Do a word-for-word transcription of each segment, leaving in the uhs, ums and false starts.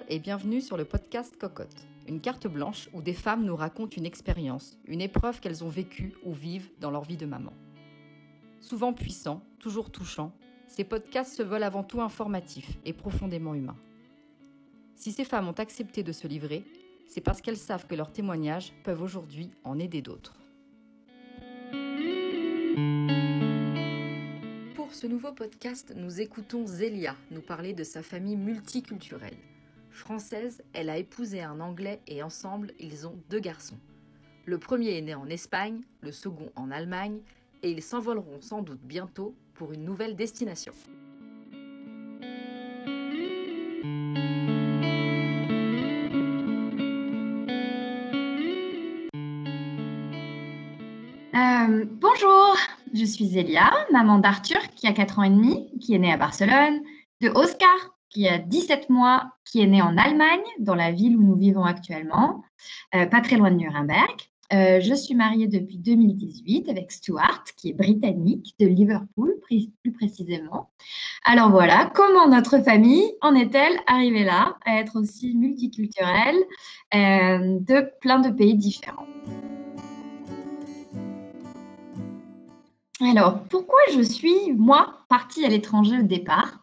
et bienvenue sur le podcast Cocotte, une carte blanche où des femmes nous racontent une expérience, une épreuve qu'elles ont vécue ou vivent dans leur vie de maman. Souvent puissants, toujours touchants, ces podcasts se veulent avant tout informatifs et profondément humains. Si ces femmes ont accepté de se livrer, c'est parce qu'elles savent que leurs témoignages peuvent aujourd'hui en aider d'autres. Pour ce nouveau podcast, nous écoutons Zélia nous parler de sa famille multiculturelle. Française, elle a épousé un Anglais et ensemble, ils ont deux garçons. Le premier est né en Espagne, le second en Allemagne, et ils s'envoleront sans doute bientôt pour une nouvelle destination. Euh, bonjour, je suis Zélia, maman d'Arthur qui a quatre ans et demi, qui est né à Barcelone, de Oscar qui a dix-sept mois, qui est né en Allemagne, dans la ville où nous vivons actuellement, euh, pas très loin de Nuremberg. Euh, je suis mariée depuis deux mille dix-huit avec Stuart, qui est britannique, de Liverpool plus précisément. Alors voilà, comment notre famille en est-elle arrivée là, à être aussi multiculturelle, euh, de plein de pays différents? Alors, pourquoi je suis, moi, partie à l'étranger au départ?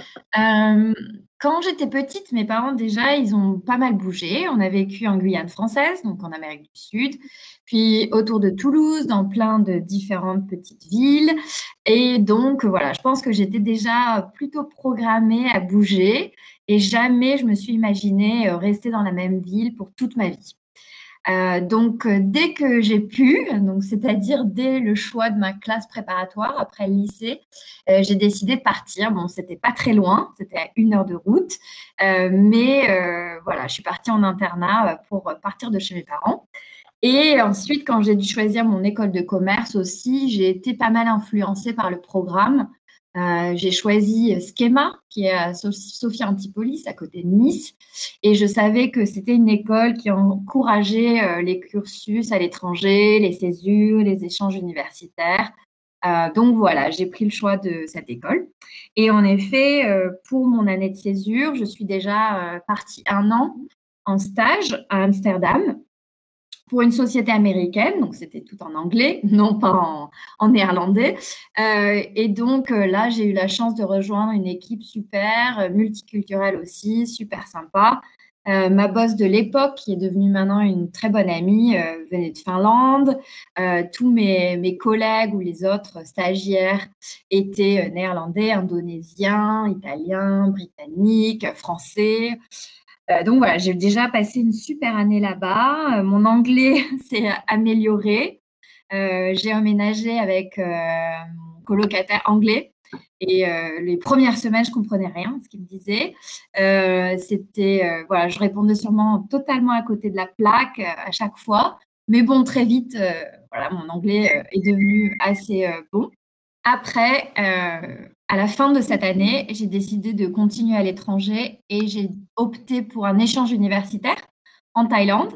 Euh, quand j'étais petite, mes parents, déjà, ils ont pas mal bougé. On a vécu en Guyane française, donc en Amérique du Sud, puis autour de Toulouse, dans plein de différentes petites villes. Et donc, voilà, je pense que j'étais déjà plutôt programmée à bouger et jamais je me suis imaginée euh, rester dans la même ville pour toute ma vie. Euh, donc, euh, dès que j'ai pu, donc c'est-à-dire dès le choix de ma classe préparatoire après le lycée, euh, j'ai décidé de partir. Bon, c'était pas très loin, c'était à une heure de route, euh, mais euh, voilà, je suis partie en internat pour partir de chez mes parents. Et ensuite, quand j'ai dû choisir mon école de commerce aussi, j'ai été pas mal influencée par le programme. Euh, j'ai choisi Schema, qui est à Sophia Antipolis, à côté de Nice. Et je savais que c'était une école qui encourageait euh, les cursus à l'étranger, les césures, les échanges universitaires. Euh, donc voilà, j'ai pris le choix de cette école. Et en effet, euh, pour mon année de césure, je suis déjà euh, partie un an en stage à Amsterdam pour une société américaine, donc c'était tout en anglais, non pas en, en néerlandais. Euh, et donc euh, là, j'ai eu la chance de rejoindre une équipe super, euh, multiculturelle aussi, super sympa. Euh, ma boss de l'époque, qui est devenue maintenant une très bonne amie, euh, venait de Finlande. Euh, tous mes, mes collègues ou les autres stagiaires étaient euh, néerlandais, indonésiens, italiens, britanniques, français. Euh, donc voilà, j'ai déjà passé une super année là-bas. Euh, mon anglais s'est amélioré. Euh, j'ai emménagé avec euh, mon colocataire anglais. Et euh, les premières semaines, je comprenais rien ce qu'il me disait. Euh, c'était, euh, voilà, je répondais sûrement totalement à côté de la plaque euh, à chaque fois. Mais bon, très vite, euh, voilà, mon anglais euh, est devenu assez euh, bon. Après, euh, à la fin de cette année, j'ai décidé de continuer à l'étranger et j'ai opté pour un échange universitaire en Thaïlande,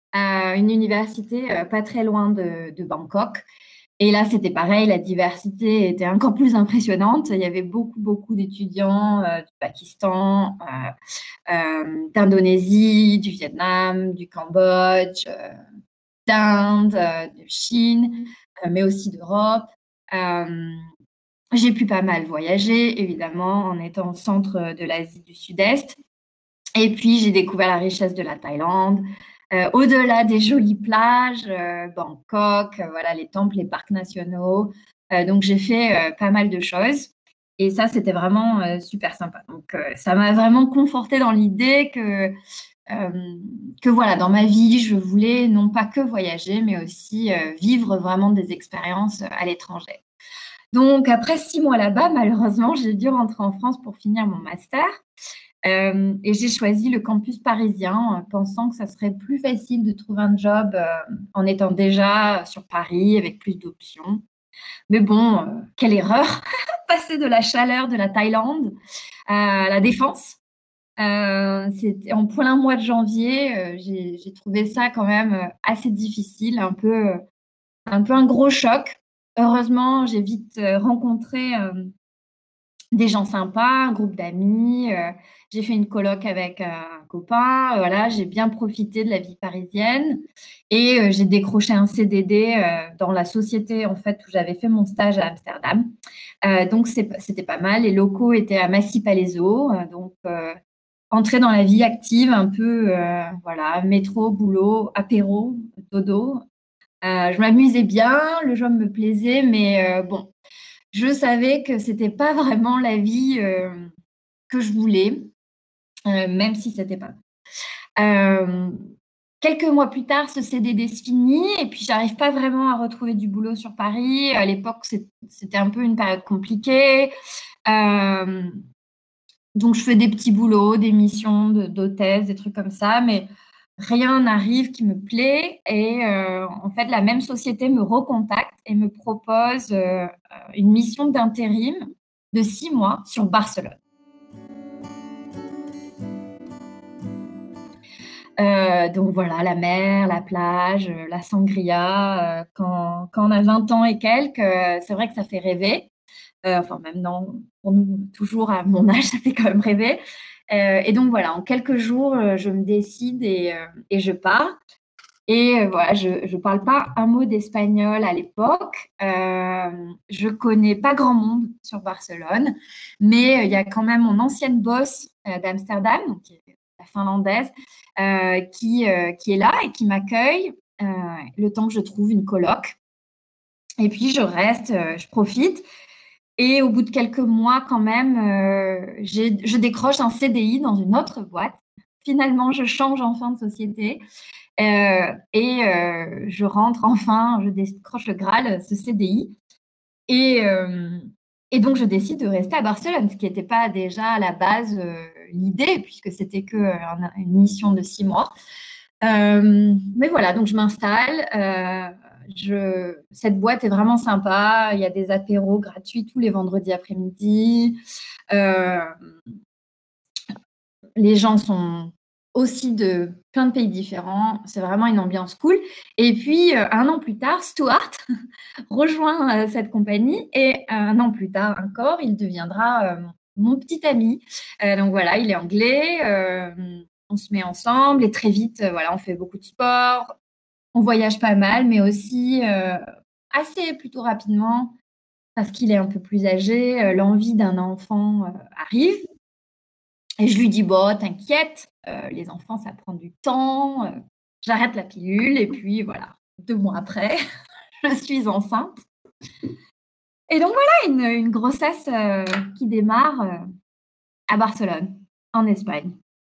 à une université euh, pas très loin de, de Bangkok. Et là, c'était pareil, la diversité était encore plus impressionnante. Il y avait beaucoup, beaucoup d'étudiants euh, du Pakistan, euh, euh, d'Indonésie, du Vietnam, du Cambodge, euh, d'Inde, euh, de Chine, euh, mais aussi d'Europe. Euh, j'ai pu pas mal voyager, évidemment, en étant au centre de l'Asie du Sud-Est. Et puis, j'ai découvert la richesse de la Thaïlande. Euh, au-delà des jolies plages, euh, Bangkok, euh, voilà, les temples, les parcs nationaux. Euh, donc, j'ai fait euh, pas mal de choses. Et ça, c'était vraiment euh, super sympa. Donc, euh, ça m'a vraiment confortée dans l'idée que, euh, que, voilà, dans ma vie, je voulais non pas que voyager, mais aussi euh, vivre vraiment des expériences à l'étranger. Donc, après six mois là-bas, malheureusement, j'ai dû rentrer en France pour finir mon master. Euh, et j'ai choisi le campus parisien, euh, pensant que ça serait plus facile de trouver un job euh, en étant déjà sur Paris avec plus d'options. Mais bon, euh, quelle erreur! Passer de la chaleur de la Thaïlande à la Défense. Euh, c'était en plein mois de janvier. Euh, j'ai, j'ai trouvé ça quand même euh, assez difficile, un peu, euh, un peu un gros choc. Heureusement, j'ai vite euh, rencontré euh, des gens sympas, un groupe d'amis, heu, j'ai fait une coloc avec un copain, heu, voilà, j'ai bien profité de la vie parisienne et heu, j'ai décroché un C D D, heu, dans la société, en fait, où j'avais fait mon stage à Amsterdam. Heu, donc c'est p c'était pas mal. Les locaux étaient à Massy-Palaiseau, heu, donc heu, entrer dans la vie active un peu, heu, voilà, métro, boulot, apéro, dodo. Heu, je m'amusais bien, le job me plaisait, mais heu, bon, je savais que c'était pas vraiment la vie, hem, que je voulais, heu, même si c'était pas hem, quelques mois plus tard, ce C D D se finit et puis j'arrive pas vraiment à retrouver du boulot sur Paris. À l'époque, c'ét c'était un peu une période compliquée. Hem, donc je fais des petits boulots, des missions de d'hôtesse, des trucs comme ça, mais rien n'arrive qui me plaît et heu, en fait, la même société me recontacte et me propose, heu heu, une mission d'intérim de six mois sur Barcelone. Heu, donc voilà, la mer, la plage, heu, la sangria, heu, quand quand on a vingt ans et quelques, heu, c'est vrai que ça fait rêver. Heu, enfin même non, pour nous, toujours à mon âge, ça fait quand même rêver. Heu et donc voilà, en quelques jours, heu, je me décide et heu et je pars et heu, voilà, je je parle pas un mot d'espagnol à l'époque. Hem, je connais pas grand monde sur Barcelone, mais heu, il y a quand même mon ancienne boss, heu, d'Amsterdam, donc qui est la finlandaise, heu, qui, heu, qui est là et qui m'accueille, heu, le temps que je trouve une coloc et puis je reste, heu, je profite et au bout de quelques mois quand même, heu, j'ai je décroche un C D I dans une autre boîte. Finalement, je change enfin de société, heu et heu, je rentre enfin, je décroche le Graal, ce C D I et hem et donc je décide de rester à Barcelone, ce qui était pas déjà à la base, heu, l'idée puisque c'était que, heu, un une mission de six mois. Hem, mais voilà, donc je m'installe, heu, je cette boîte est vraiment sympa, il y a des apéros gratuits tous les vendredis après-midi. Hem, les gens sont aussi de plein de pays différents, c'est vraiment une ambiance cool et puis, heu, un an plus tard, Stuart rejoint, heu, cette compagnie et un an plus tard encore, il deviendra, heu, mon petit ami. Heu, donc voilà, il est anglais, hem, on se met ensemble et très vite, heu, voilà, on fait beaucoup de sport, on voyage pas mal, mais aussi, heu, assez plutôt rapidement, parce qu'il est un peu plus âgé, heu, l'envie d'un enfant, heu, arrive et je lui dis: «Bon, t'inquiète, heu, les enfants, ça prend du temps, heu, j'arrête la pilule» et puis voilà, deux mois après, je suis enceinte et donc voilà, une une grossesse, heu, qui démarre, heu, à Barcelone, en Espagne.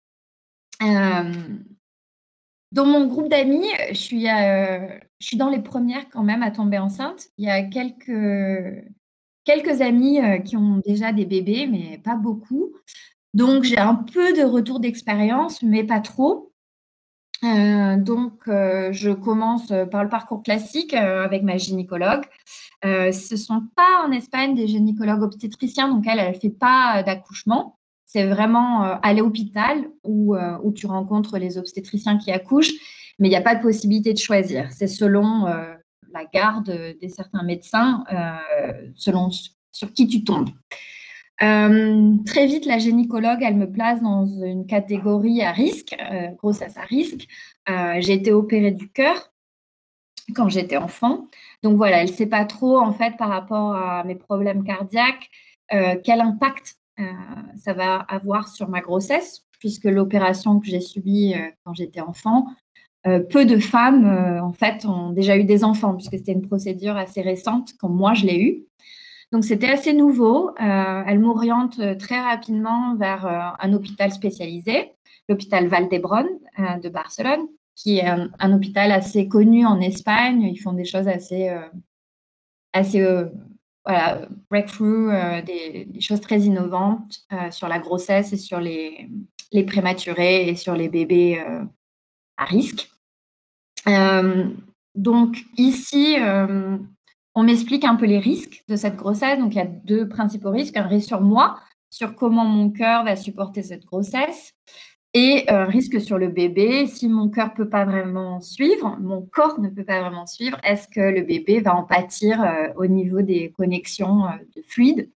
Hem, dans mon groupe d'amis, je suis, heu, je suis dans les premières quand même à tomber enceinte. Il y a quelques quelques amis, heu, qui ont déjà des bébés, mais pas beaucoup. Donc j'ai un peu de retour d'expérience, mais pas trop. Heu, donc heu, je commence, heu, par le parcours classique, heu, avec ma gynécologue. Heu, ce sont pas en Espagne des gynécologues obstétriciens, donc elle, elle fait pas, heu, d'accouchement. C'est vraiment, heu, à l'hôpital où, heu, où tu rencontres les obstétriciens qui accouchent, mais il y a pas de possibilité de choisir. C'est selon, heu, la garde, heu, des certains médecins, heu, selon s sur qui tu tombes. Hem, très vite, la gynécologue, elle me place dans une catégorie à risque, heu, grossesse à risque. Heu, j'ai été opérée du cœur quand j'étais enfant. Donc voilà, elle sait pas trop, en fait, par rapport à mes problèmes cardiaques, heu, quel impact, heu, ça va avoir sur ma grossesse, puisque l'opération que j'ai subie, heu, quand j'étais enfant, heu, peu de femmes, heu, en fait, ont déjà eu des enfants, puisque c'était une procédure assez récente quand moi je l'ai eue. Donc c'était assez nouveau. Heu, elle m'oriente, heu, très rapidement vers, heu, un hôpital spécialisé, l'hôpital Vall d'Hebron, heu, de Barcelone, qui est un un hôpital assez connu en Espagne. Ils font des choses assez, heu, assez, heu, voilà, heu, breakthrough, heu, des des choses très innovantes, heu, sur la grossesse et sur les les prématurés et sur les bébés, heu, à risque. Hem, donc ici, hem, on m'explique un peu les risques de cette grossesse. Donc il y a deux principaux risques, un risque sur moi, sur comment mon cœur va supporter cette grossesse et un risque sur le bébé. Si mon cœur peut pas vraiment suivre, mon corps ne peut pas vraiment suivre, est-ce que le bébé va en pâtir, heu, au niveau des connexions, heu, de fluides?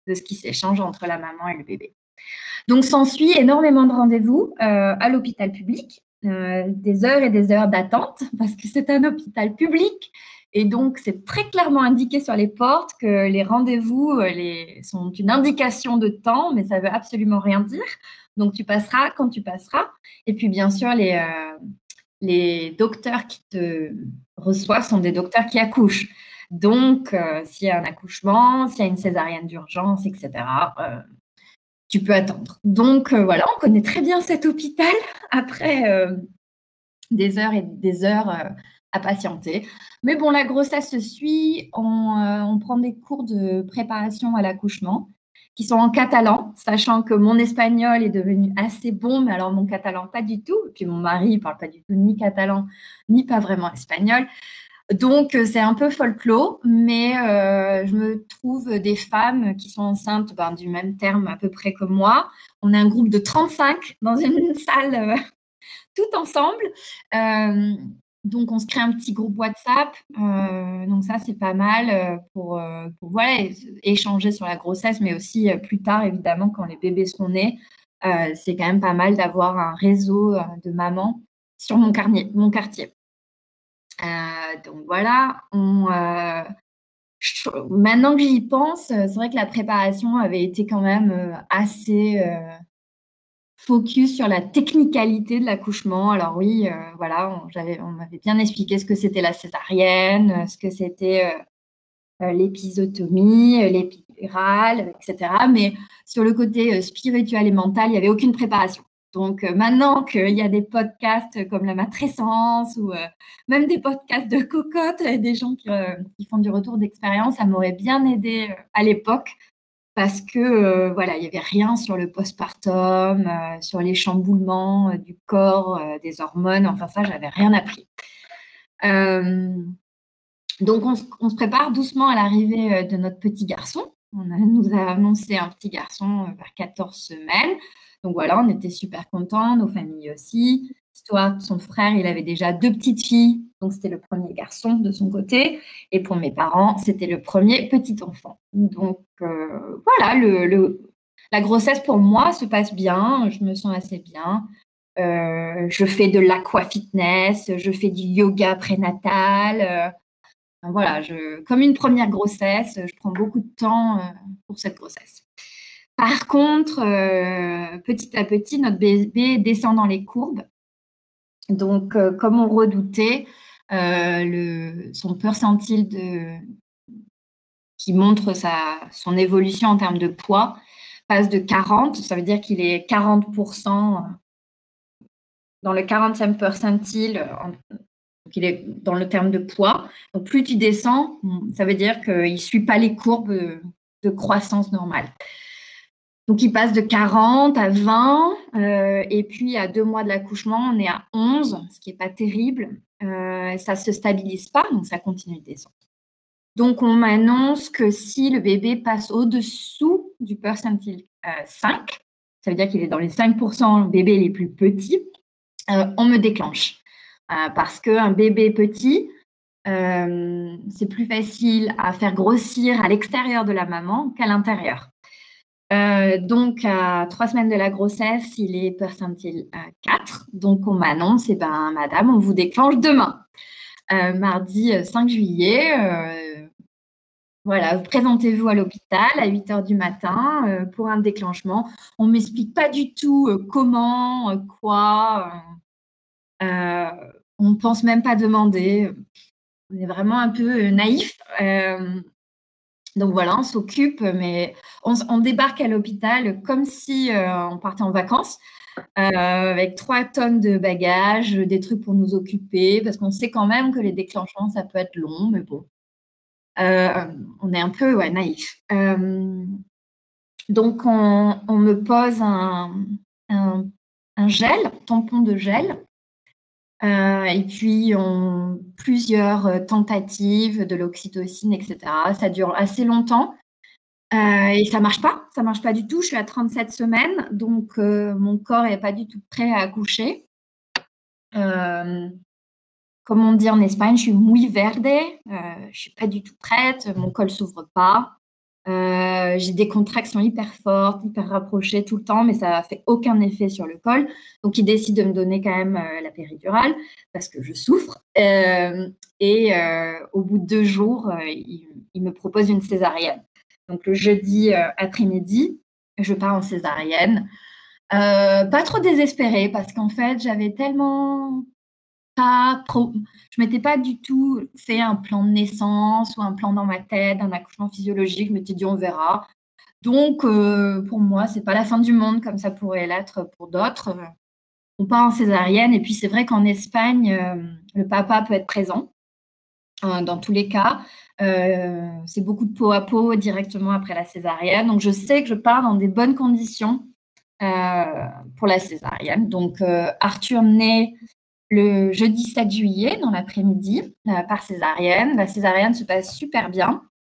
de ce qui s'échange entre la maman et le bébé. Donc s'ensuit énormément de rendez-vous euh, à l'hôpital public, euh, des heures et des heures d'attente, parce que c'est un hôpital public. Et donc, c'est très clairement indiqué sur les portes que les rendez-vous euh, les, sont une indication de temps, mais ça veut absolument rien dire. Donc, tu passeras quand tu passeras. Et puis, bien sûr, les, euh, les docteurs qui te reçoivent sont des docteurs qui accouchent. Donc, euh, s'il y a un accouchement, s'il y a une césarienne d'urgence, et cetera, euh, tu peux attendre. Donc, euh, voilà, on connaît très bien cet hôpital après euh, des heures et des heures euh, à patienter. Mais bon, la grossesse se suit. On, euh, on prend des cours de préparation à l'accouchement qui sont en catalan, sachant que mon espagnol est devenu assez bon, mais alors mon catalan pas du tout. Et puis mon mari, il parle pas du tout ni catalan, ni pas vraiment espagnol. Donc, c'est un peu folklore, mais euh, je me trouve des femmes qui sont enceintes ben, du même terme à peu près que moi. On est un groupe de trente-cinq dans une salle euh, tout ensemble. Euh, donc, on se crée un petit groupe WhatsApp. Euh, donc, ça, c'est pas mal euh, pour, euh, pour voilà, échanger sur la grossesse, mais aussi euh, plus tard, évidemment, quand les bébés seront nés. Euh, c'est quand même pas mal d'avoir un réseau euh, de mamans sur mon, carnier, mon quartier. Euh, donc voilà, on, euh, je, maintenant que j'y pense, c'est vrai que la préparation avait été quand même euh, assez euh, focus sur la technicalité de l'accouchement. Alors oui, euh, voilà, on, j'avais, on m'avait bien expliqué ce que c'était la césarienne, ce que c'était euh, l'épisotomie, l'épidurale, et cetera. Mais sur le côté euh, spirituel et mental, il n'y avait aucune préparation. Donc euh, maintenant qu'il y a des podcasts comme la matrescence ou euh, même des podcasts de cocotte et des gens qui, euh, qui font du retour d'expérience, ça m'aurait bien aidé euh, à l'époque parce que euh, voilà, il n'y avait rien sur le postpartum, euh, sur les chamboulements euh, du corps, euh, des hormones, enfin ça, j'avais rien appris. Euh, donc on, on se prépare doucement à l'arrivée euh, de notre petit garçon. On a, nous a annoncé un petit garçon euh, vers quatorze semaines. Donc voilà, on était super contents, nos familles aussi. Stuart, son frère, il avait déjà deux petites filles, donc c'était le premier garçon de son côté. Et pour mes parents, c'était le premier petit enfant. Donc euh, voilà, le, le, la grossesse pour moi se passe bien, je me sens assez bien. Euh, je fais de l'aquafitness, je fais du yoga prénatal. Euh, voilà, je, comme une première grossesse, je prends beaucoup de temps euh, pour cette grossesse. Par contre, euh, petit à petit, notre bébé descend dans les courbes. Donc, euh, comme on redoutait, euh, le, son percentile de, qui montre sa, son évolution en termes de poids passe de quarante, ça veut dire qu'il est quarante pour cent dans le quarantième percentile, en, donc il est dans le terme de poids. Donc, plus tu descends, ça veut dire qu'il ne suit pas les courbes de croissance normale. Donc, il passe de quarante à vingt, euh, et puis à deux mois de l'accouchement, on est à onze, ce qui n'est pas terrible. Euh, ça ne se stabilise pas, donc ça continue de descendre. Donc, on m'annonce que si le bébé passe au-dessous du percentile euh, cinq, ça veut dire qu'il est dans les cinq pour cent bébés les plus petits, euh, on me déclenche. Euh, parce qu'un bébé petit, euh, c'est plus facile à faire grossir à l'extérieur de la maman qu'à l'intérieur. Euh, donc, à trois semaines de la grossesse, il est percentile quatre. Donc, on m'annonce, eh ben, madame, on vous déclenche demain. Euh, mardi cinq juillet, euh, voilà, présentez-vous à l'hôpital à huit heures du matin euh, pour un déclenchement. On ne m'explique pas du tout euh, comment, euh, quoi. Euh, on ne pense même pas demander. On est vraiment un peu naïf. Euh, donc voilà, on s'occupe, mais on, on débarque à l'hôpital comme si euh, on partait en vacances, euh, avec trois tonnes de bagages, des trucs pour nous occuper, parce qu'on sait quand même que les déclenchements, ça peut être long, mais bon. Euh, on est un peu ouais, naïf. Euh, donc on, on me pose un, un, un gel, tampon de gel. Euh, et puis, on, plusieurs tentatives de l'oxytocine, et cetera. Ça dure assez longtemps euh, et ça ne marche pas. Ça ne marche pas du tout. Je suis à trente-sept semaines, donc euh, mon corps n'est pas du tout prêt à accoucher. Euh, comme on dit en Espagne, je suis muy verde. Euh, je ne suis pas du tout prête. Mon col ne s'ouvre pas. Euh, j'ai des contractions hyper fortes, hyper rapprochées tout le temps, mais ça n'a fait aucun effet sur le col. Donc, il décide de me donner quand même euh, la péridurale parce que je souffre. Euh, et euh, au bout de deux jours, euh, il, il me propose une césarienne. Donc, le jeudi euh, après-midi, je pars en césarienne. Euh, pas trop désespérée parce qu'en fait, j'avais tellement pas trop. Je m'étais pas du tout fait un plan de naissance ou un plan dans ma tête d'un accouchement physiologique. Je m'étais dit on verra. Donc euh, pour moi, c'est pas la fin du monde comme ça pourrait l'être pour d'autres. Euh, On part en césarienne et puis c'est vrai qu'en Espagne, euh, le papa peut être présent euh, dans tous les cas. Euh, c'est beaucoup de peau à peau directement après la césarienne. Donc je sais que je pars dans des bonnes conditions euh, pour la césarienne. Donc euh, Arthur naît le jeudi sept juillet dans l'après-midi euh, par césarienne. La césarienne se passe super bien.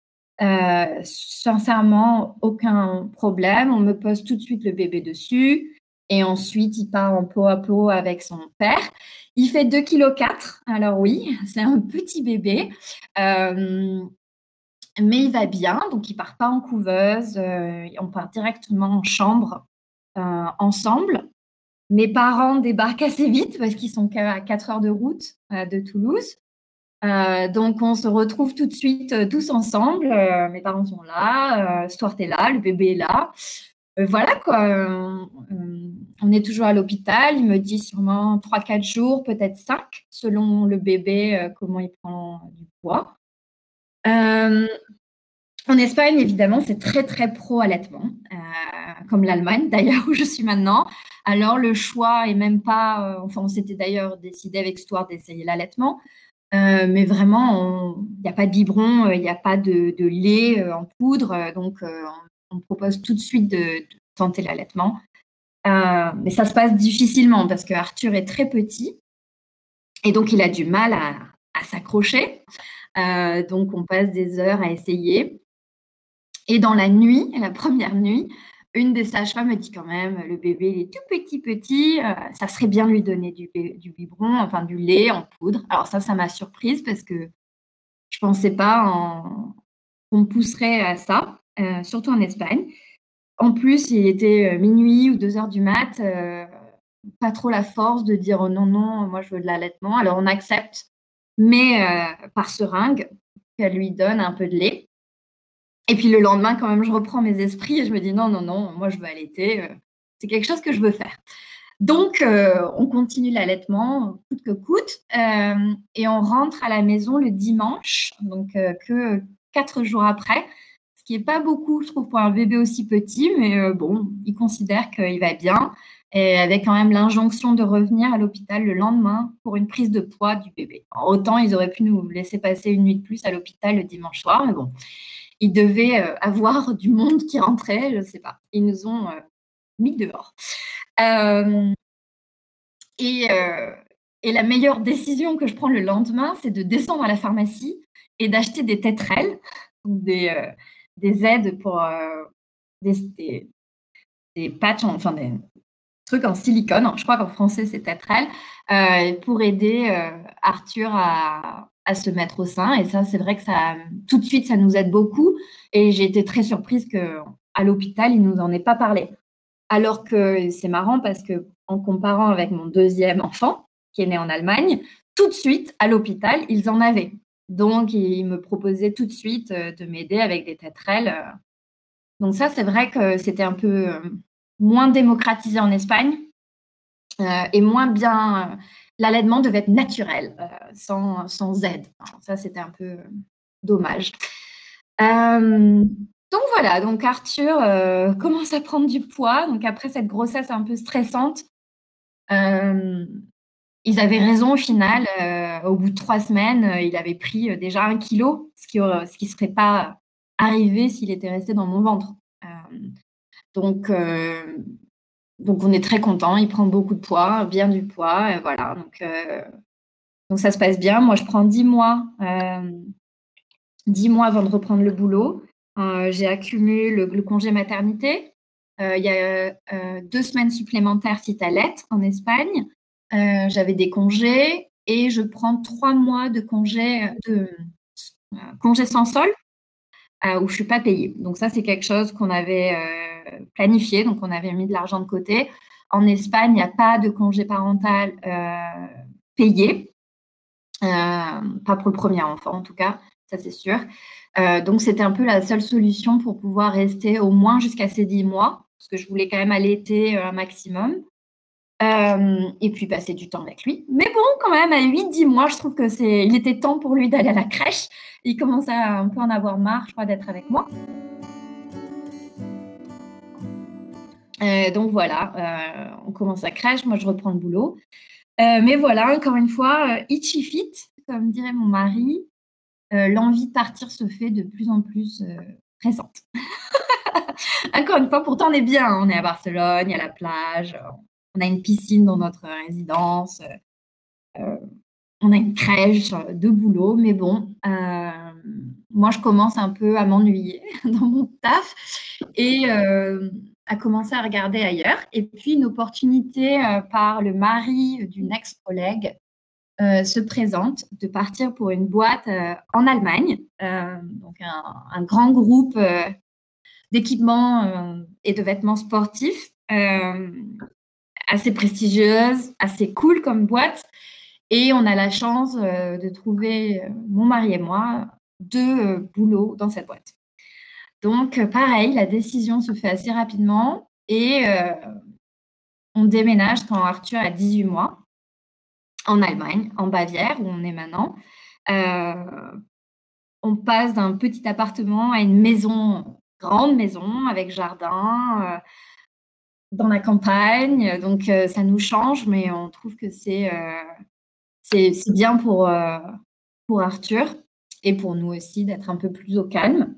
Euh, sincèrement, aucun problème. On me pose tout de suite le bébé dessus et ensuite il part en peau à peau avec son père. Il fait deux virgule quatre kilos. Alors oui, c'est un petit bébé. Euh, mais il va bien, donc il part pas en couveuse. Euh, on part directement en chambre euh, ensemble. Mes parents débarquent assez vite parce qu'ils sont qu'à quatre heures de route euh, de Toulouse. Euh, donc, on se retrouve tout de suite euh, tous ensemble. Euh, mes parents sont là, euh, Stuart est là, le bébé est là. Euh, voilà quoi. Euh, euh, on est toujours à l'hôpital. Il me dit sûrement trois quatre jours, peut-être cinq, selon le bébé, euh, comment il prend du poids. Euh, en Espagne, évidemment, c'est très, très pro-allaitement, euh, comme l'Allemagne, d'ailleurs, où je suis maintenant. Alors, le choix est même pas... euh, enfin, on s'était d'ailleurs décidé avec Stuart d'essayer l'allaitement, euh, mais vraiment, il n'y a pas de biberon, il n'y a pas de, de lait euh, en poudre, euh, donc euh, on, on propose tout de suite de, de tenter l'allaitement. Euh, mais ça se passe difficilement parce que Arthur est très petit et donc il a du mal à, à s'accrocher. Euh, donc, on passe des heures à essayer. Et dans la nuit, la première nuit, une des sages-femmes me dit quand même, le bébé, il est tout petit, petit, euh, ça serait bien de lui donner du, du biberon, enfin du lait en poudre. Alors ça, ça m'a surprise parce que je ne pensais pas en... qu'on me pousserait à ça, euh, surtout en Espagne. En plus, il était euh, minuit ou deux heures du mat, euh, pas trop la force de dire oh, non, non, moi je veux de l'allaitement. Alors on accepte, mais euh, par seringue, qu'elle lui donne un peu de lait. Et puis le lendemain, quand même, je reprends mes esprits et je me dis non, non, non, moi je veux allaiter, euh, c'est quelque chose que je veux faire. Donc, euh, on continue l'allaitement coûte que coûte euh, et on rentre à la maison le dimanche, donc euh, que quatre jours après, ce qui n'est pas beaucoup, je trouve, pour un bébé aussi petit, mais euh, bon, il considère qu'il va bien et avec quand même l'injonction de revenir à l'hôpital le lendemain pour une prise de poids du bébé. Alors, autant ils auraient pu nous laisser passer une nuit de plus à l'hôpital le dimanche soir, mais bon. Ils devaient euh, avoir du monde qui rentrait, je ne sais pas. Ils nous ont euh, mis dehors. Euh, et, euh, et la meilleure décision que je prends le lendemain, c'est de descendre à la pharmacie et d'acheter des tétrelles, des, euh, des aides pour euh, des, des, des patchs, enfin des trucs en silicone. Je crois qu'en français, c'est tétrelles, euh, pour aider euh, Arthur à, à se mettre au sein. Et ça, c'est vrai que ça, tout de suite, ça nous aide beaucoup. Et j'ai été très surprise qu'à l'hôpital, il ne nous en ait pas parlé. Alors que c'est marrant parce que en comparant avec mon deuxième enfant, qui est né en Allemagne, tout de suite, à l'hôpital, ils en avaient. Donc, ils me proposaient tout de suite de m'aider avec des tétrelles. Donc ça, c'est vrai que c'était un peu moins démocratisé en Espagne euh, et moins bien... Euh, l'allaitement devait être naturel, euh, sans, sans aide. Alors ça, c'était un peu euh, dommage. Euh, donc voilà, donc Arthur euh, commence à prendre du poids. Donc après cette grossesse un peu stressante, euh, ils avaient raison au final. Euh, au bout de trois semaines, euh, il avait pris euh, déjà un kilo, ce qui ne ce qui serait pas arrivé s'il était resté dans mon ventre. Euh, donc, euh, donc on est très content. Il prend beaucoup de poids, bien du poids. Et voilà, donc, euh, donc ça se passe bien. Moi, je prends dix mois, euh, dix mois avant de reprendre le boulot. Euh, j'ai accumulé le, le congé maternité. Euh, il y a euh, deux semaines supplémentaires si tu allaites en Espagne. Euh, j'avais des congés et je prends trois mois de congé, de, euh, congé sans solde. euh, où je suis pas payée. Donc ça, c'est quelque chose qu'on avait euh, planifié, donc on avait mis de l'argent de côté. En Espagne, il n'y a pas de congé parental euh, payé, euh, pas pour le premier enfant en tout cas, ça c'est sûr. Euh, donc c'était un peu la seule solution pour pouvoir rester au moins jusqu'à ces dix mois, parce que je voulais quand même allaiter euh, un maximum. Euh, et puis passer du temps avec lui. Mais bon, quand même, à huit dix mois, je trouve que c'est, il était temps pour lui d'aller à la crèche. Il commençait à un peu en avoir marre, je crois, d'être avec moi. Euh, donc voilà, euh, on commence la crèche, moi je reprends le boulot. Euh, mais voilà, encore une fois, euh, itchy fit, comme dirait mon mari, euh, l'envie de partir se fait de plus en plus euh, présente. Encore une fois, pourtant on est bien, hein, on est à Barcelone, il y a la plage, on a une piscine dans notre résidence. Euh, on a une crèche, euh, de boulot, mais bon, euh, moi, je commence un peu à m'ennuyer dans mon taf et euh, à commencer à regarder ailleurs. Et puis, une opportunité euh, par le mari d'une ex-collègue euh, se présente de partir pour une boîte euh, en Allemagne, euh, donc un, un grand groupe euh, d'équipements euh, et de vêtements sportifs, euh, assez prestigieuse, assez cool comme boîte. Et on a la chance euh, de trouver, euh, mon mari et moi, deux euh, boulots dans cette boîte. Donc, euh, pareil, la décision se fait assez rapidement et euh, on déménage quand Arthur a dix-huit mois en Allemagne, en Bavière, où on est maintenant. Euh, on passe d'un petit appartement à une maison, grande maison, avec jardin, euh, dans la campagne. Donc, euh, ça nous change, mais on trouve que c'est euh, c'est c'est bien pour, euh, pour Arthur et pour nous aussi d'être un peu plus au calme.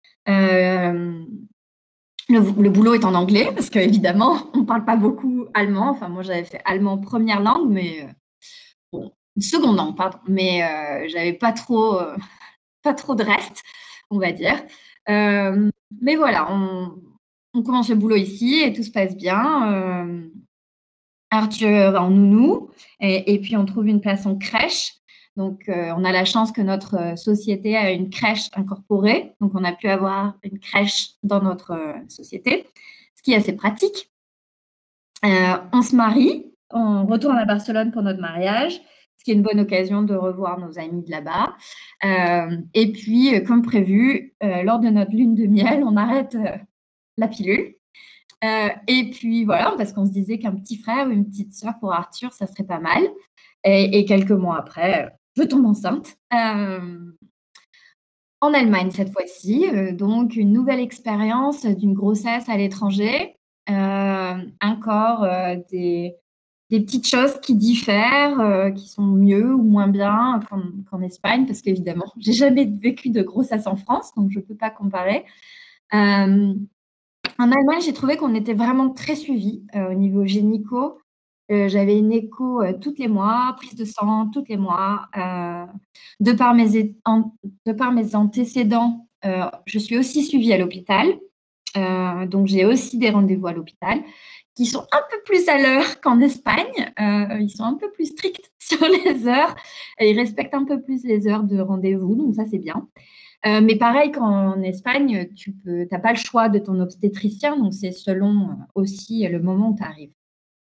Euh, le, le boulot est en anglais parce qu'évidemment, on ne parle pas beaucoup allemand. Enfin, moi, j'avais fait allemand première langue, mais euh, bon, seconde langue, pardon. Mais euh, j'avais pas trop, euh, pas trop de reste, on va dire. Euh, mais voilà, on, on commence le boulot ici et tout se passe bien. Euh, Arthur en nounou et, et puis on trouve une place en crèche. Donc, euh, on a la chance que notre euh, société a une crèche incorporée. Donc, on a pu avoir une crèche dans notre euh, société, ce qui est assez pratique. Euh, on se marie, on retourne à Barcelone pour notre mariage, ce qui est une bonne occasion de revoir nos amis de là-bas. Euh, et puis, euh, comme prévu, euh, lors de notre lune de miel, on arrête euh, la pilule. Euh, et puis voilà, parce qu'on se disait qu'un petit frère ou une petite sœur pour Arthur, ça serait pas mal. Et, et quelques mois après, je tombe enceinte. Euh, en Allemagne cette fois-ci, euh, donc une nouvelle expérience d'une grossesse à l'étranger. Euh, encore euh, des, des petites choses qui diffèrent, euh, qui sont mieux ou moins bien qu'en, qu'en Espagne, parce qu'évidemment, j'ai jamais vécu de grossesse en France, donc je ne peux pas comparer. Euh, En Allemagne, j'ai trouvé qu'on était vraiment très suivis euh, au niveau gynéco. Euh, j'avais une écho euh, tous les mois, prise de sang tous les mois. Euh, de par mes, é- an- de par mes antécédents, euh, je suis aussi suivie à l'hôpital. Euh, donc, j'ai aussi des rendez-vous à l'hôpital qui sont un peu plus à l'heure qu'en Espagne. Euh, ils sont un peu plus stricts sur les heures et ils respectent un peu plus les heures de rendez-vous. Donc, ça, c'est bien. Euh, mais pareil, qu'en Espagne, tu peux, t'as pas le choix de ton obstétricien, donc c'est selon euh, aussi le moment où tu arrives.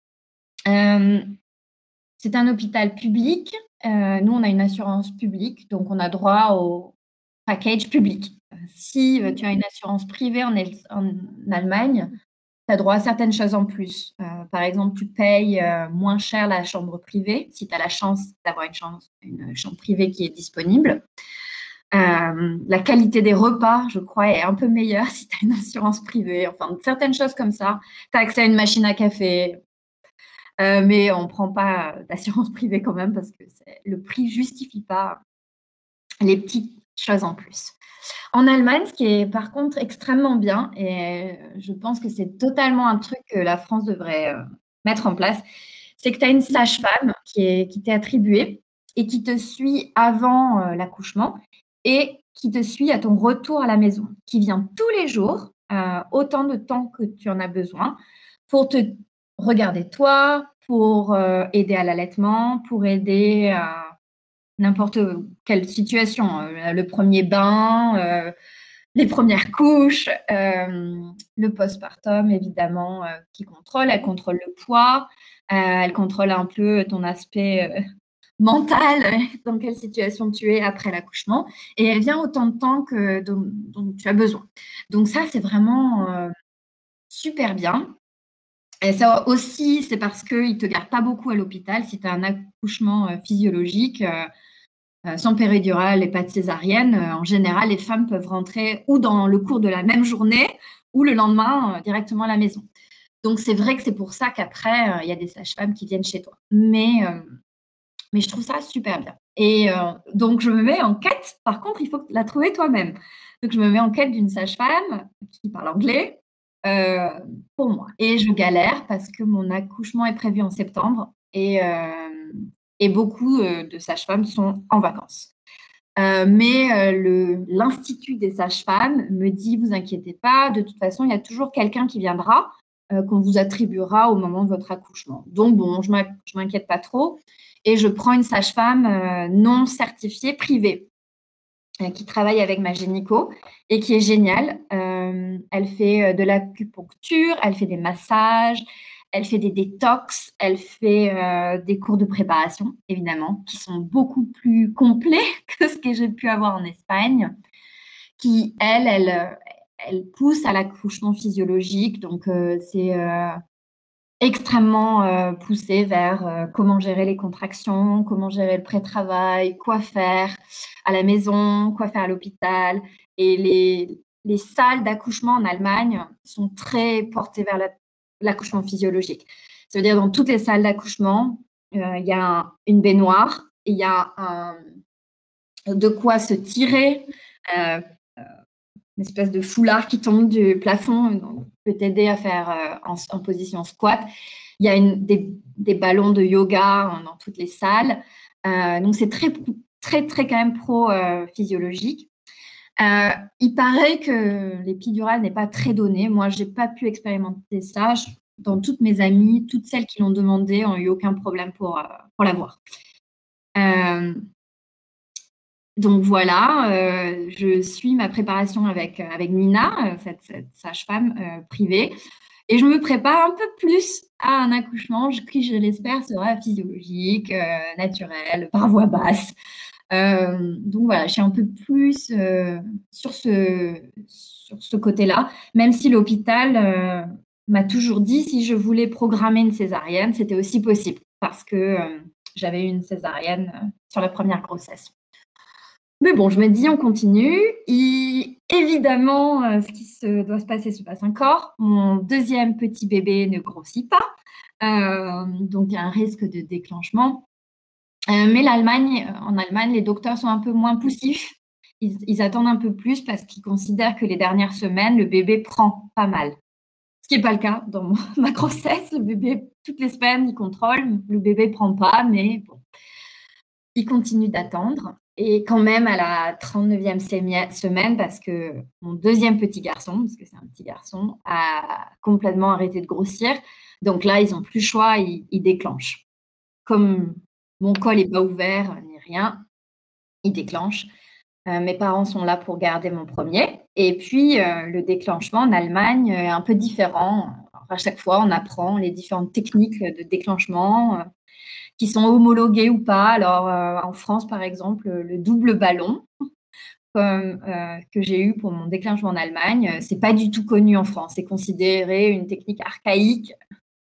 Euh, c'est un hôpital public. Euh, nous, on a une assurance publique, donc on a droit au package public. Euh, Si euh, tu as une assurance privée en, El- en Allemagne, tu as droit à certaines choses en plus. Euh, par exemple, tu payes euh, moins cher la chambre privée, si tu as la chance d'avoir une, chance- une chambre privée qui est disponible. Euh, la qualité des repas, je crois, est un peu meilleure si tu as une assurance privée. Enfin, certaines choses comme ça. Tu as accès à une machine à café, euh, mais on ne prend pas d'assurance privée quand même parce que c'est- le prix ne justifie pas les petites choses en plus. En Allemagne, ce qui est par contre extrêmement bien, et je pense que c'est totalement un truc que la France devrait euh, mettre en place, c'est que tu as une sage-femme qui est, qui t'est attribuée et qui te suit avant euh, l'accouchement et qui te suit à ton retour à la maison, qui vient tous les jours, euh, autant de temps que tu en as besoin, pour te regarder toi, pour euh, aider à l'allaitement, pour aider à n'importe quelle situation, euh, le premier bain, euh, les premières couches, hem, le postpartum évidemment, heu, qui contrôle. Elle contrôle le poids, heu, elle contrôle un peu ton aspect, heu, mental, dans quelle situation tu es après l'accouchement et elle vient autant de temps que dont dont tu as besoin. Donc ça, c'est vraiment, heu, super bien et ça aussi, c'est parce qu'ils te gardent pas beaucoup à l'hôpital. Si tu as un accouchement, heu, physiologique, heu heu, sans péridurale et pas de césarienne, heu, en général, les femmes peuvent rentrer ou dans le cours de la même journée ou le lendemain, heu, directement à la maison. Donc c'est vrai que c'est pour ça qu'après, heu, il y a des sages-femmes qui viennent chez toi. Mais hem, mais je trouve ça super bien et heu, donc je me mets en quête. Par contre, il faut la trouver toi-même. Donc je me mets en quête d'une sage-femme qui parle anglais, heu, pour moi et je galère parce que mon accouchement est prévu en septembre et hem et beaucoup, heu, de sages-femmes sont en vacances. Heu, mais heu, le l'institut des sages-femmes me dit: «Vous inquiétez pas, de toute façon, il y a toujours quelqu'un qui viendra, heu, qu'on vous attribuera au moment de votre accouchement». Donc bon, je m'in je m'inquiète pas trop et je prends une sage-femme, heu, non certifiée, privée, heu, qui travaille avec ma gynéco et qui est géniale. Hem, elle fait, heu, de l'acupuncture, elle fait des massages, elle fait des détox, elle fait, heu, des cours de préparation, évidemment, qui sont beaucoup plus complets que ce que j'ai pu avoir en Espagne. Qui elle, elle, heu, elle pousse à l'accouchement physiologique, donc heu, c'est, heu, extrêmement, heu, poussé vers, heu, comment gérer les contractions, comment gérer le pré-travail, quoi faire à la maison, quoi faire à l'hôpital et les les salles d'accouchement en Allemagne sont très portées vers l'a l'accouchement physiologique. Ça veut dire dans toutes les salles d'accouchement, heu, il y a un une baignoire, il y a un de quoi se tirer, heu une espèce de foulard qui tombe du plafond, donc peut t'aider à faire, heu, en en position squat. Il y a une des des ballons de yoga dans toutes les salles, heu, donc c'est très très, très quand même pro, heu, physiologique. Heu, il paraît que l'épidurale n'est pas très donnée. Moi, j'ai pas pu expérimenter ça. J dans toutes mes amies, toutes celles qui l'ont demandé ont eu aucun problème pour, heu, pour l'avoir. Hem donc voilà, heu, je suis ma préparation avec, heu, avec Nina, heu, cette cette sage-femme, heu, privée et je me prépare un peu plus à un accouchement j qui, je l'espère, sera physiologique, heu, naturel, par voie basse. Hem, donc voilà, je suis un peu plus, heu, sur ce sur ce côté-là, même si l'hôpital, heu, m'a toujours dit si je voulais programmer une césarienne, c'était aussi possible parce que, hem, j'avais eu une césarienne, heu, sur la première grossesse. Mais bon, je me dis: «On continue». I évidemment, heu, ce qui se doit se passer se passe encore. Mon deuxième petit bébé ne grossit pas, hem, donc il y a un risque de déclenchement. Heu, mais l'Allemagne, heu, en Allemagne, les docteurs sont un peu moins poussifs. Ils ils attendent un peu plus parce qu'ils considèrent que les dernières semaines, le bébé prend pas mal. Ce qui est pas le cas dans mon ma grossesse. Le bébé, toutes les semaines, ils contrôlent, le bébé prend pas, mais bon. Ils continuent d'attendre et quand même à la trente-neuvième sémia semaine, parce que mon deuxième petit garçon, parce que c'est un petit garçon, a complètement arrêté de grossir. Donc là, ils ont plus le choix, ils ils déclenchent. Comme mon col est pas ouvert ni rien, ils déclenchent. Heu, mes parents sont là pour garder mon premier et puis, heu, le déclenchement en Allemagne est un peu différent. À chaque fois, on apprend les différentes techniques de déclenchement, heu, qui sont homologuées ou pas. Alors, heu, en France, par exemple, le double ballon, comme, heu, que j'ai eu pour mon déclenchement en Allemagne, heu, c'est pas du tout connu en France. C'est considéré une technique archaïque,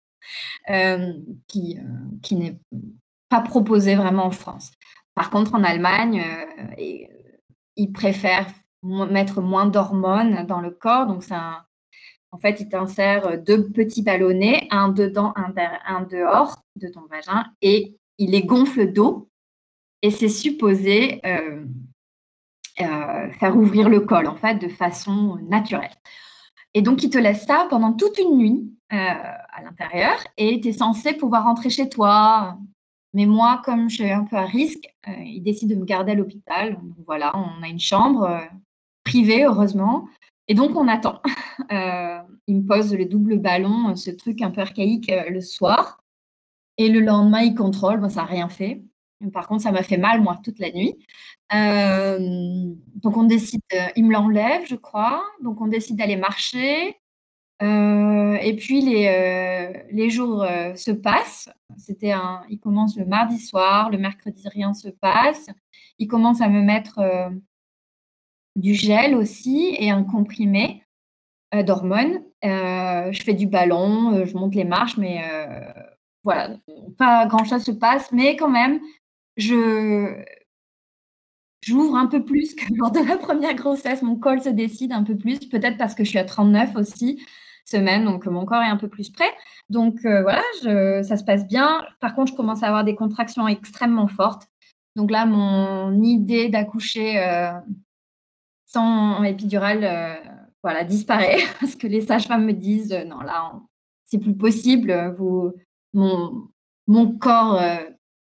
hem, qui, heu, qui n'est pas proposée vraiment en France. Par contre, en Allemagne, heu et heu, ils préfèrent moins mettre moins d'hormones dans le corps, donc c'est un en fait, ils t'insèrent, heu, deux petits ballonnets, un dedans, un der un dehors de ton vagin et ils les gonflent d'eau et c'est supposé, hem, heu, faire ouvrir le col, en fait, de façon naturelle et donc ils te laissent ça pendant toute une nuit, heu, à l'intérieur et tu es censé pouvoir rentrer chez toi. Mais moi, comme je suis un peu à risque, heu, ils décident de me garder à l'hôpital. Donc voilà, on a une chambre, heu, privée heureusement et donc on attend. Heu, ils me posent le double ballon, ce truc un peu archaïque, heu, le soir et le lendemain, ils contrôlent. Bon, ça a rien fait. Par contre, ça m'a fait mal, moi, toute la nuit. Euh, donc, on décide, euh, il me l'enlève, je crois. Donc, on décide d'aller marcher. Euh, et puis, les, euh, les jours euh, se passent. C'était un, il commence le mardi soir, le mercredi, rien se passe. Il commence à me mettre euh, du gel aussi et un comprimé euh, d'hormones. Euh, je fais du ballon, euh, je monte les marches, mais euh, voilà, pas grand-chose se passe. Mais quand même, je, j'ouvre un peu plus que lors de la première grossesse. Mon col se décide un peu plus, peut-être parce que je suis à trente-neuf aussi semaines, donc mon corps est un peu plus prêt. Donc euh, voilà, je, ça se passe bien. Par contre, je commence à avoir des contractions extrêmement fortes. Donc là, mon idée d'accoucher euh, sans épidural euh, voilà, disparaît parce que les sages-femmes me disent euh, non, là, on- c'est plus possible. Vous, mon, mon corps, euh,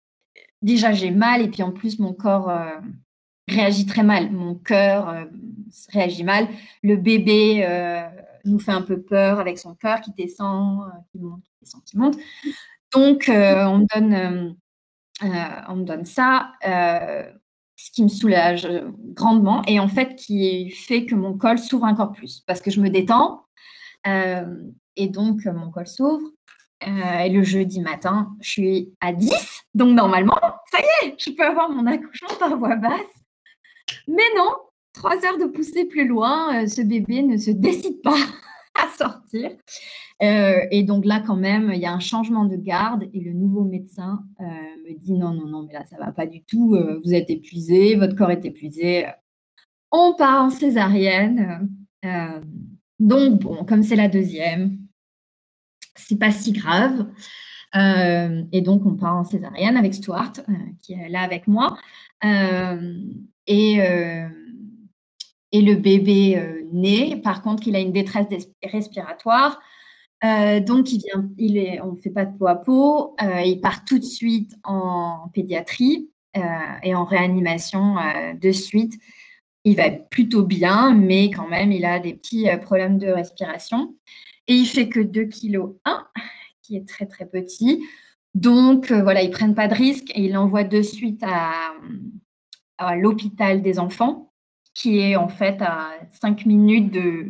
déjà, j'ai mal et puis en plus, mon corps euh, réagit très mal. Mon cœur euh, réagit mal. Le bébé euh, nous fait un peu peur avec son cœur qui descend, euh, qui monte, qui descend, qui monte. Donc, euh, on me donne, euh, euh, on me donne ça, euh, ce qui me soulage grandement et en fait qui fait que mon col s'ouvre encore plus parce que je me détends euh, et donc mon col s'ouvre. Euh, et le jeudi matin, je suis à dix, donc normalement, ça y est, je peux avoir mon accouchement par voie basse. Mais non, trois heures de poussée plus loin, euh, ce bébé ne se décide pas à sortir. Euh, et donc là, quand même, il y a un changement de garde et le nouveau médecin euh, me dit non, non, non, mais là, ça va pas du tout. Euh, vous êtes épuisé, votre corps est épuisé. On part en césarienne. Euh, donc bon, comme c'est la deuxième, c'est pas si grave. Euh, et donc, on part en césarienne avec Stuart, euh, qui est là avec moi. Euh, et, euh, et le bébé euh, naît. Par contre, il a une détresse respiratoire. Euh, donc, il vient, il est, on ne fait pas de peau à peau. Euh, il part tout de suite en pédiatrie euh, et en réanimation euh, de suite. Il va plutôt bien, mais quand même, il a des petits euh, problèmes de respiration. Et il fait que deux virgule un kilos, qui est très, très petit. Donc, euh, voilà, ils ne prennent pas de risque et ils l'envoient de suite à, à l'hôpital des enfants, qui est en fait à cinq minutes de,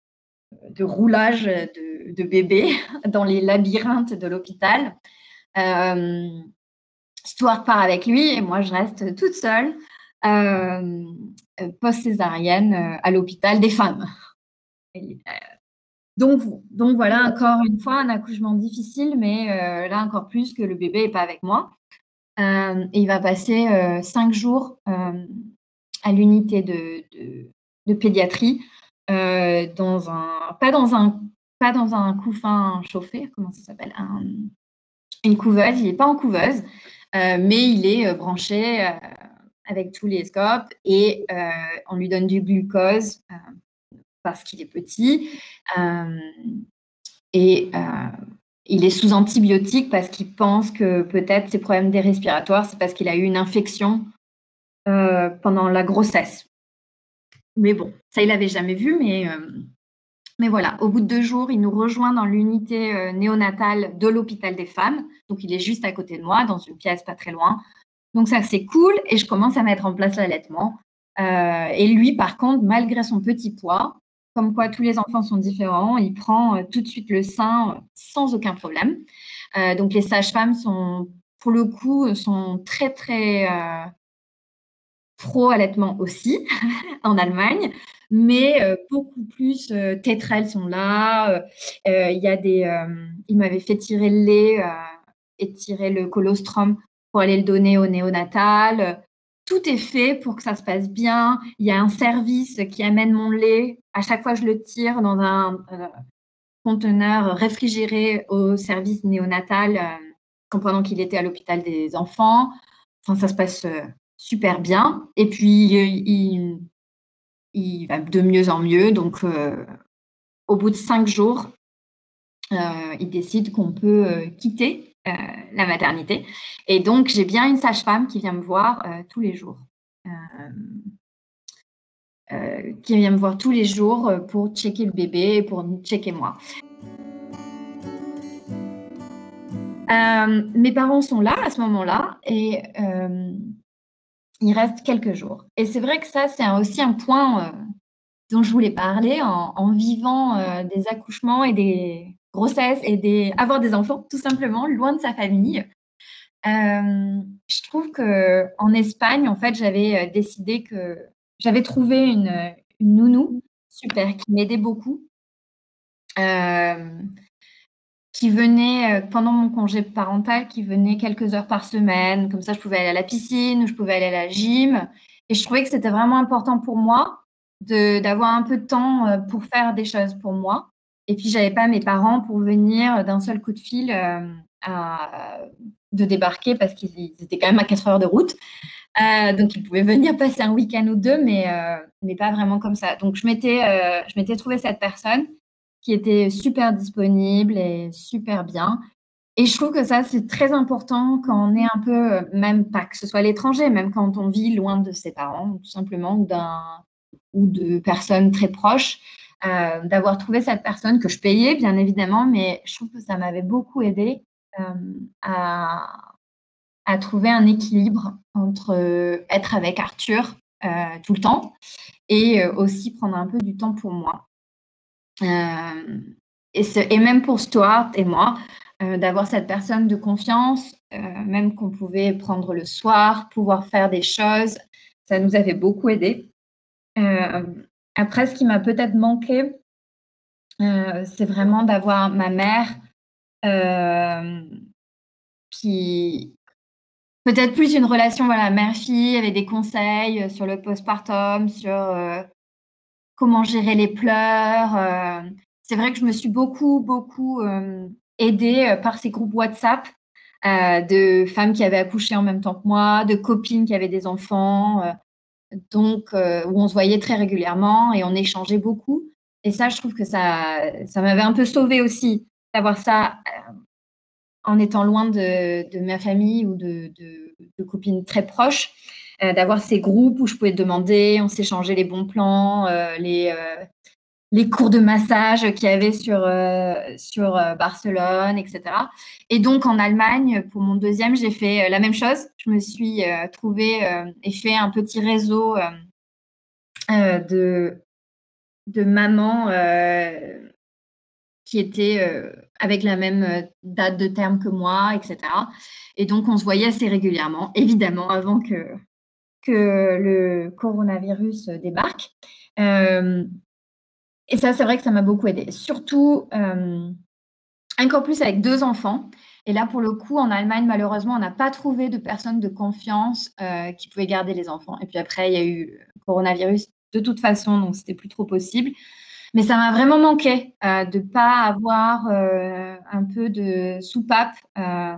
de roulage de, de bébé dans les labyrinthes de l'hôpital. Euh, Stuart part avec lui et moi, je reste toute seule, euh, post-césarienne, euh, à l'hôpital des femmes. Et, euh, donc, donc voilà, encore une fois, un accouchement difficile, mais euh, là encore plus que le bébé n'est pas avec moi. Euh, et il va passer euh, cinq jours euh, à l'unité de, de, de pédiatrie, euh, dans un, pas, dans un, pas dans un couffin chauffé, comment ça s'appelle, un, une couveuse. Il n'est pas en couveuse, euh, mais il est euh, branché euh, avec tous les scopes et euh, on lui donne du glucose euh, parce qu'il est petit. Euh, et euh, il est sous antibiotiques parce qu'il pense que peut-être ses problèmes des respiratoires, c'est parce qu'il a eu une infection euh, pendant la grossesse. Mais bon, ça, il l'avait jamais vu, mais, euh, mais voilà. Au bout de deux jours, il nous rejoint dans l'unité euh, néonatale de l'hôpital des femmes. Donc, il est juste à côté de moi, dans une pièce pas très loin. Donc, ça, c'est cool. Et je commence à mettre en place l'allaitement. Euh, et lui, par contre, malgré son petit poids, comme quoi tous les enfants sont différents, il prend euh, tout de suite le sein euh, sans aucun problème. Euh, donc, les sages-femmes sont, pour le coup, sont très, très euh, pro-allaitement aussi en Allemagne, mais euh, beaucoup plus euh, tétrelles sont là. Euh, Il y a des, euh, il m'avait fait tirer le lait euh, et tirer le colostrum pour aller le donner au néonatal. Tout est fait pour que ça se passe bien. Il y a un service qui amène mon lait. À chaque fois, je le tire dans un euh, conteneur réfrigéré au service néonatal euh, pendant qu'il était à l'hôpital des enfants. Enfin, ça se passe euh, super bien. Et puis, il, il va de mieux en mieux. Donc, euh, au bout de cinq jours, euh, il décide qu'on peut euh, quitter euh, la maternité. Et donc, j'ai bien une sage-femme qui vient me voir euh, tous les jours. Euh, euh, qui vient me voir tous les jours pour checker le bébé, pour checker moi. Euh, mes parents sont là à ce moment-là et euh, hem, il reste quelques jours et c'est vrai que ça, c'est un aussi un point, heu, dont je voulais parler en en vivant, heu, des accouchements et des grossesses et des avoir des enfants, tout simplement, loin de sa famille. Hem, je trouve qu'en Espagne, en fait, j'avais, heu, décidé que j'avais trouvé une, heu, une nounou super qui m'aidait beaucoup. Hem, qui venait, heu, pendant mon congé parental, qui venait quelques heures par semaine. Comme ça, je pouvais aller à la piscine ou je pouvais aller à la gym et je trouvais que c'était vraiment important pour moi de d'avoir un peu de temps, heu, pour faire des choses pour moi et puis j'avais pas mes parents pour venir d'un seul coup de fil, hem, à de débarquer parce qu'ils ils étaient quand même à quatre heures de route. Heu, donc ils pouvaient venir passer un week-end ou deux mais heu, mais pas vraiment comme ça. Donc je m'étais, heu, je m'étais trouvé cette personne qui était super disponible et super bien et je trouve que ça, c'est très important quand on est un peu, heu, même pas que ce soit à l'étranger, même quand on vit loin de ses parents, tout simplement, ou d'un ou de personnes très proches, heu, d'avoir trouvé cette personne que je payais, bien évidemment, mais je trouve que ça m'avait beaucoup aidée, hem, à à trouver un équilibre entre, heu, être avec Arthur, heu, tout le temps et heu, aussi prendre un peu du temps pour moi. Hem et ce et même pour Stuart et moi, heu, d'avoir cette personne de confiance, heu, même qu'on pouvait prendre le soir, pouvoir faire des choses, ça nous avait beaucoup aidés. Hem, après ce qui m'a peut-être manqué, heu, c'est vraiment d'avoir ma mère, hem, qui peut-être plus une relation, voilà, mère-fille avec des conseils, heu, sur le postpartum, sur, heu, comment gérer les pleurs, heu. C'est vrai que je me suis beaucoup, beaucoup, hem, aidée, heu, par ces groupes WhatsApp, heu, de femmes qui avaient accouché en même temps que moi, de copines qui avaient des enfants, heu, donc heu, où on se voyait très régulièrement et on échangeait beaucoup et ça, je trouve que ça ça m'avait un peu sauvée aussi d'avoir ça, hem, en étant loin de de ma famille ou de de de copines très proches, heu, d'avoir ces groupes où je pouvais demander, on s'échangeait les bons plans, heu, les, heu, les cours de massage qu'il y avait sur, heu, sur, heu, Barcelone et cetera et donc en Allemagne, pour mon deuxième, j'ai fait, heu, la même chose. Je me suis, heu, trouvée, hem et fait un petit réseau, hem, heu, de de mamans, heu, qui étaient, heu, avec la même, heu, date de terme que moi et cetera et donc on se voyait assez régulièrement, évidemment avant que que le coronavirus, heu, débarque. Hem et ça, c'est vrai que ça m'a beaucoup aidée. Surtout, hem, encore plus avec deux enfants et là, pour le coup, en Allemagne, malheureusement, on n'a pas trouvé de personnes de confiance, heu, qui pouvaient garder les enfants et puis après, il y a eu le coronavirus de toute façon, donc c'était plus trop possible. Mais ça m'a vraiment manqué, heu, de pas avoir, heu, un peu de soupape, hem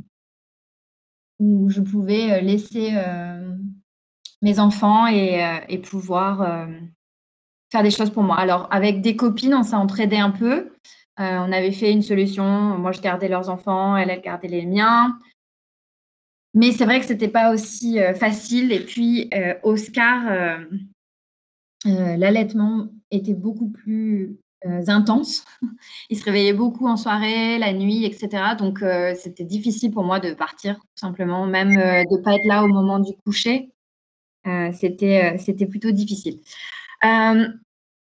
où je pouvais, heu, laisser, hem, mes enfants et heu et pouvoir, hem, faire des choses pour moi. Alors avec des copines, on s'est entraidées un peu. Heu, on avait fait une solution, moi je gardais leurs enfants, elles, elles gardaient les miens. Mais c'est vrai que c'était pas aussi, heu, facile et puis, heu, Oscar, hem, heu, l'allaitement était beaucoup plus, heu, intense. Il se réveillait beaucoup en soirée, la nuit et cetera donc heu, c'était difficile pour moi de partir, tout simplement, même, heu, de pas être là au moment du coucher. Heu, c'était, heu, c'était plutôt difficile. Hem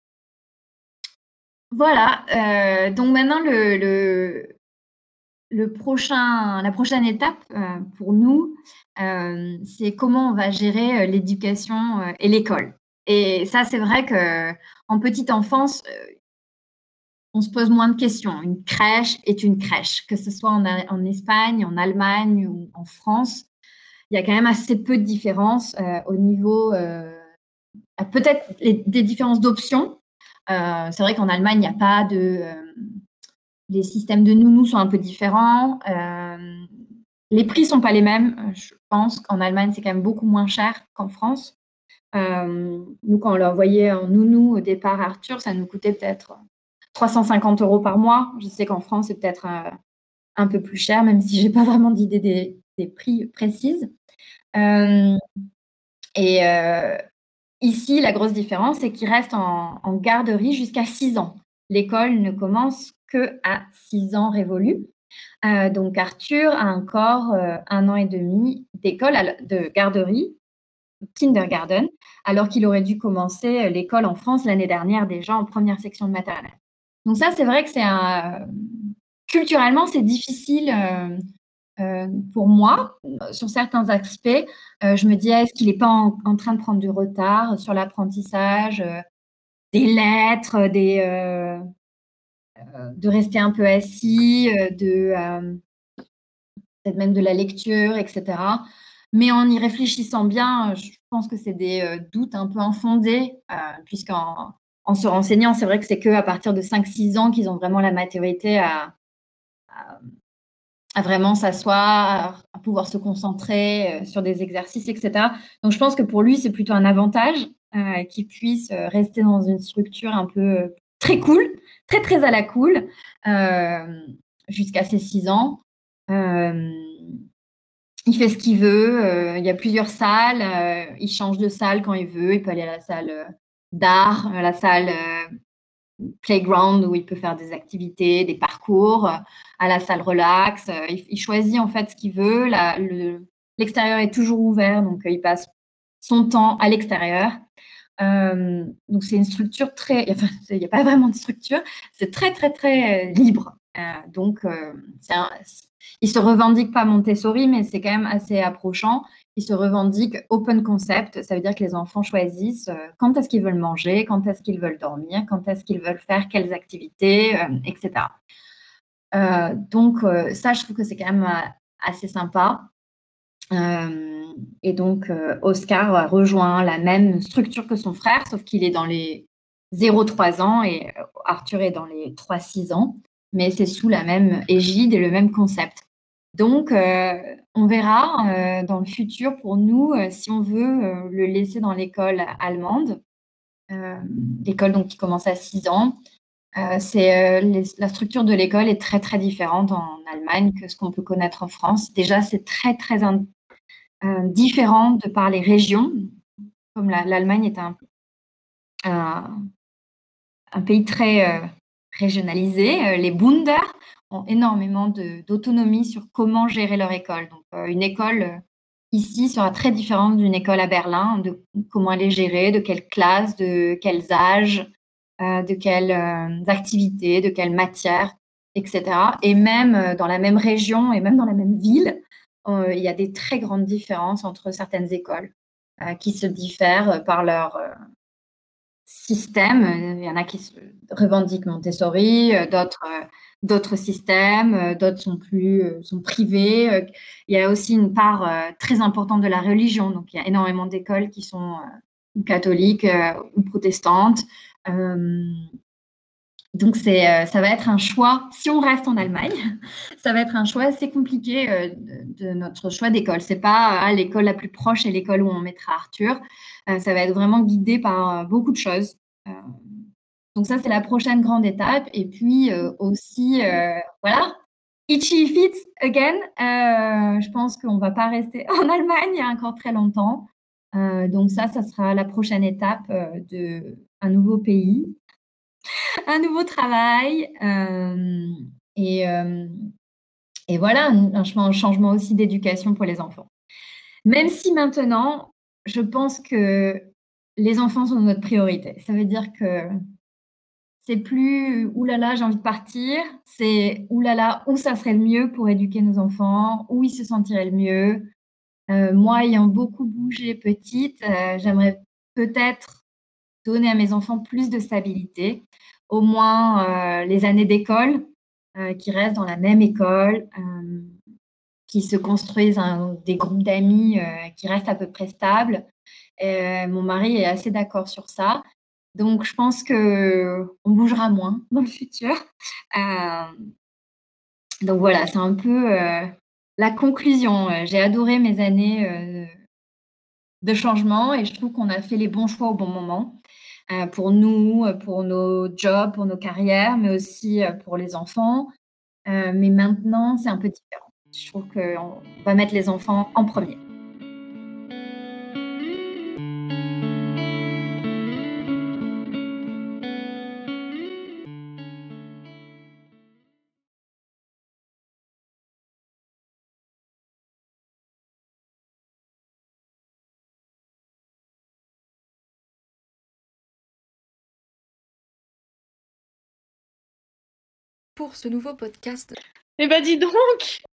Voilà, heu, donc maintenant le le le prochain la prochaine étape, heu, pour nous, hem, c'est comment on va gérer, heu, l'éducation, heu, et l'école et ça, c'est vrai qu'en petite enfance, heu, on se pose moins de questions. Une crèche est une crèche, que ce soit en A en Espagne, en Allemagne ou en France. Il y a quand même assez peu de différences, heu, au niveau, heu, ah peut-être les des différences d'options. Heu, c'est vrai qu'en Allemagne, il y a pas de, hem les systèmes de nounous sont un peu différents. Hem, les prix sont pas les mêmes. Heu, je pense qu'en Allemagne, c'est quand même beaucoup moins cher qu'en France. Hem, nous, quand on l'a envoyé en nounou au départ, Arthur, ça nous coûtait peut-être trois cent cinquante euros par mois. Je sais qu'en France, c'est peut-être, heu, un peu plus cher, même si j'ai pas vraiment d'idée des des prix précises. Hem et heu, ici, la grosse différence, c'est qu'ils restent en en garderie jusqu'à six ans. L'école ne commence qu'à six ans révolus Heu, donc Arthur a encore, heu, un an et demi d'école al de garderie, kindergarten, alors qu'il aurait dû commencer, heu, l'école en France l'année dernière déjà en première section de maternelle. Donc ça, c'est vrai que c'est un culturellement, c'est difficile, hem, heu, pour moi, heu, sur certains aspects. Heu, je me dis: «Est-ce qu'il est pas en en train de prendre du retard sur l'apprentissage, heu, des lettres, des, heu heu, de rester un peu assis, heu, de, hem, peut-être même de la lecture et cetera». Mais en y réfléchissant bien, heu, je pense que c'est des, heu, doutes un peu infondés, heu, puisqu'en en se renseignant, c'est vrai que c'est qu'à partir de cinq six ans qu'ils ont vraiment la maturité à à à vraiment s'asseoir, à pouvoir se concentrer, heu, sur des exercices et cetera. Donc je pense que pour lui, c'est plutôt un avantage, heu, qu'il puisse, heu, rester dans une structure un peu, heu, très cool, très, très à la cool, hem, jusqu'à ses six ans. Hem, il fait ce qu'il veut, heu, il y a plusieurs salles, heu, il change de salle quand il veut. Il peut aller à la salle, heu, d'art, à la salle, heu playground où il peut faire des activités, des parcours, heu, à la salle relax, heu, il il choisit en fait ce qu'il veut. La le l'extérieur est toujours ouvert, donc heu, il passe son temps à l'extérieur. Hem, donc c'est une structure très enfin, il y a pas vraiment de structure, c'est très, très, très, heu, libre. Heu, donc heu, c'est un c il se revendique pas Montessori, mais c'est quand même assez approchant. Il se revendique open concept, ça veut dire que les enfants choisissent, heu, quand est-ce qu'ils veulent manger, quand est-ce qu'ils veulent dormir, quand est-ce qu'ils veulent faire quelles activités, hem, et cetera. Heu, donc heu, ça, je trouve que c'est quand même, heu, assez sympa. Hem et donc heu, Oscar a rejoint la même structure que son frère, sauf qu'il est dans les zéro trois ans et heu, Arthur est dans les trois six ans, mais c'est sous la même égide et le même concept. Donc heu, on verra, heu, dans le futur pour nous, heu, si on veut, heu, le laisser dans l'école allemande, hem, l'école donc qui commence à six ans. Heu, c'est, heu, les la structure de l'école est très, très différente en Allemagne que ce qu'on peut connaître en France. Déjà, c'est très, très in heu, différent de par les régions. Comme la l'Allemagne est un un un pays très, heu, régionalisé, heu, les Bunder ont énormément de d'autonomie sur comment gérer leur école. Donc heu, une école, heu, ici sera très différente d'une école à Berlin, de comment elle est gérée, de quelle classe, de quels âges, heu, de quelles, heu, activités, de quelles matières et cetera et même, heu, dans la même région et même dans la même ville, heu, il y a des très grandes différences entre certaines écoles, heu, qui se diffèrent, par leur, heu système, heu, il y en a qui se revendiquent Montessori, heu, d'autres, heu, d'autres systèmes, heu, d'autres sont plus, heu, sont privés, heu, il y a aussi une part, heu, très importante de la religion, donc il y a énormément d'écoles qui sont, heu, ou catholiques, heu, ou protestantes. Hem, donc c'est, heu, ça va être un choix si on reste en Allemagne, ça va être un choix assez compliqué, heu, de de notre choix d'école. C'est pas, ah, l'école la plus proche et l'école où on mettra Arthur. Heu, ça va être vraiment guidé par, heu, beaucoup de choses. Heu, donc ça, c'est la prochaine grande étape et puis, heu, aussi, heu, voilà, itchy feet again. Heu, je pense qu'on va pas rester en Allemagne encore très longtemps. Heu, donc ça, ça sera la prochaine étape, heu, de un nouveau pays, un nouveau travail, hem et hem et voilà, un un chemin un changement aussi d'éducation pour les enfants. Même si maintenant, je pense que les enfants sont notre priorité. Ça veut dire que c'est plus: «Ouh là là, j'ai envie de partir», c'est: «Ouh là là, où ça serait le mieux pour éduquer nos enfants? Où ils se sentiraient le mieux?» Heu, moi, ayant beaucoup bougé petite, heu, j'aimerais peut-être donner à mes enfants plus de stabilité, au moins, heu, les années d'école, heu, qu'ils restent dans la même école, hem, qu'ils se construisent un des groupes d'amis, heu, qui restent à peu près stables. Heu, mon mari est assez d'accord sur ça. Donc je pense qu'on bougera moins dans le futur. Hem, donc voilà, c'est un peu, heu, la conclusion. Heu, j'ai adoré mes années, heu, de changement et je trouve qu'on a fait les bons choix au bon moment, heu, pour nous, heu, pour nos jobs, pour nos carrières, mais aussi, heu, pour les enfants. Heu, mais maintenant, c'est un peu différent. Je trouve qu'on va mettre les enfants en premier. pour ce nouveau podcast. Eh ben dis donc!